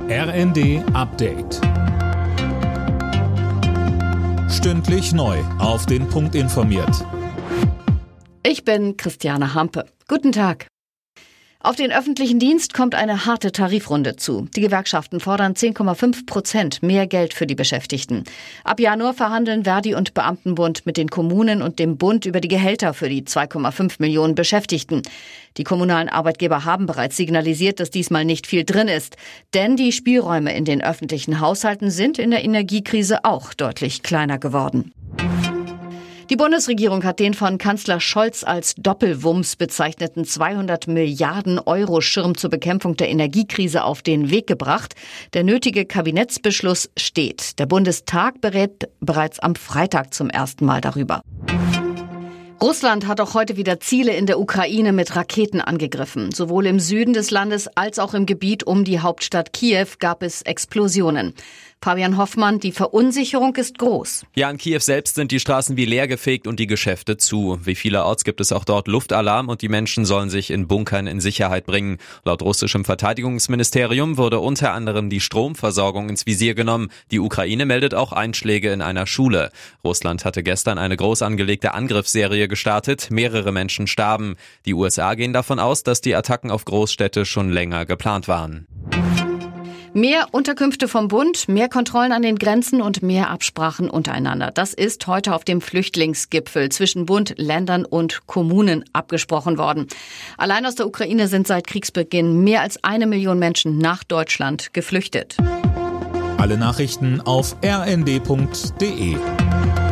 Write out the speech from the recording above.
RND Update. Stündlich neu auf den Punkt informiert. Ich bin Christiane Hampe. Guten Tag. Auf den öffentlichen Dienst kommt eine harte Tarifrunde zu. Die Gewerkschaften fordern 10,5% mehr Geld für die Beschäftigten. Ab Januar verhandeln Verdi und Beamtenbund mit den Kommunen und dem Bund über die Gehälter für die 2,5 Millionen Beschäftigten. Die kommunalen Arbeitgeber haben bereits signalisiert, dass diesmal nicht viel drin ist. Denn die Spielräume in den öffentlichen Haushalten sind in der Energiekrise auch deutlich kleiner geworden. Die Bundesregierung hat den von Kanzler Scholz als Doppelwumms bezeichneten 200 Milliarden Euro Schirm zur Bekämpfung der Energiekrise auf den Weg gebracht. Der nötige Kabinettsbeschluss steht. Der Bundestag berät bereits am Freitag zum ersten Mal darüber. Russland hat auch heute wieder Ziele in der Ukraine mit Raketen angegriffen. Sowohl im Süden des Landes als auch im Gebiet um die Hauptstadt Kiew gab es Explosionen. Fabian Hoffmann, die Verunsicherung ist groß. Ja, in Kiew selbst sind die Straßen wie leergefegt und die Geschäfte zu. Wie vielerorts gibt es auch dort Luftalarm und die Menschen sollen sich in Bunkern in Sicherheit bringen. Laut russischem Verteidigungsministerium wurde unter anderem die Stromversorgung ins Visier genommen. Die Ukraine meldet auch Einschläge in einer Schule. Russland hatte gestern eine groß angelegte Angriffsserie gestartet. Mehrere Menschen starben. Die USA gehen davon aus, dass die Attacken auf Großstädte schon länger geplant waren. Mehr Unterkünfte vom Bund, mehr Kontrollen an den Grenzen und mehr Absprachen untereinander. Das ist heute auf dem Flüchtlingsgipfel zwischen Bund, Ländern und Kommunen abgesprochen worden. Allein aus der Ukraine sind seit Kriegsbeginn mehr als 1 Million Menschen nach Deutschland geflüchtet. Alle Nachrichten auf rnd.de.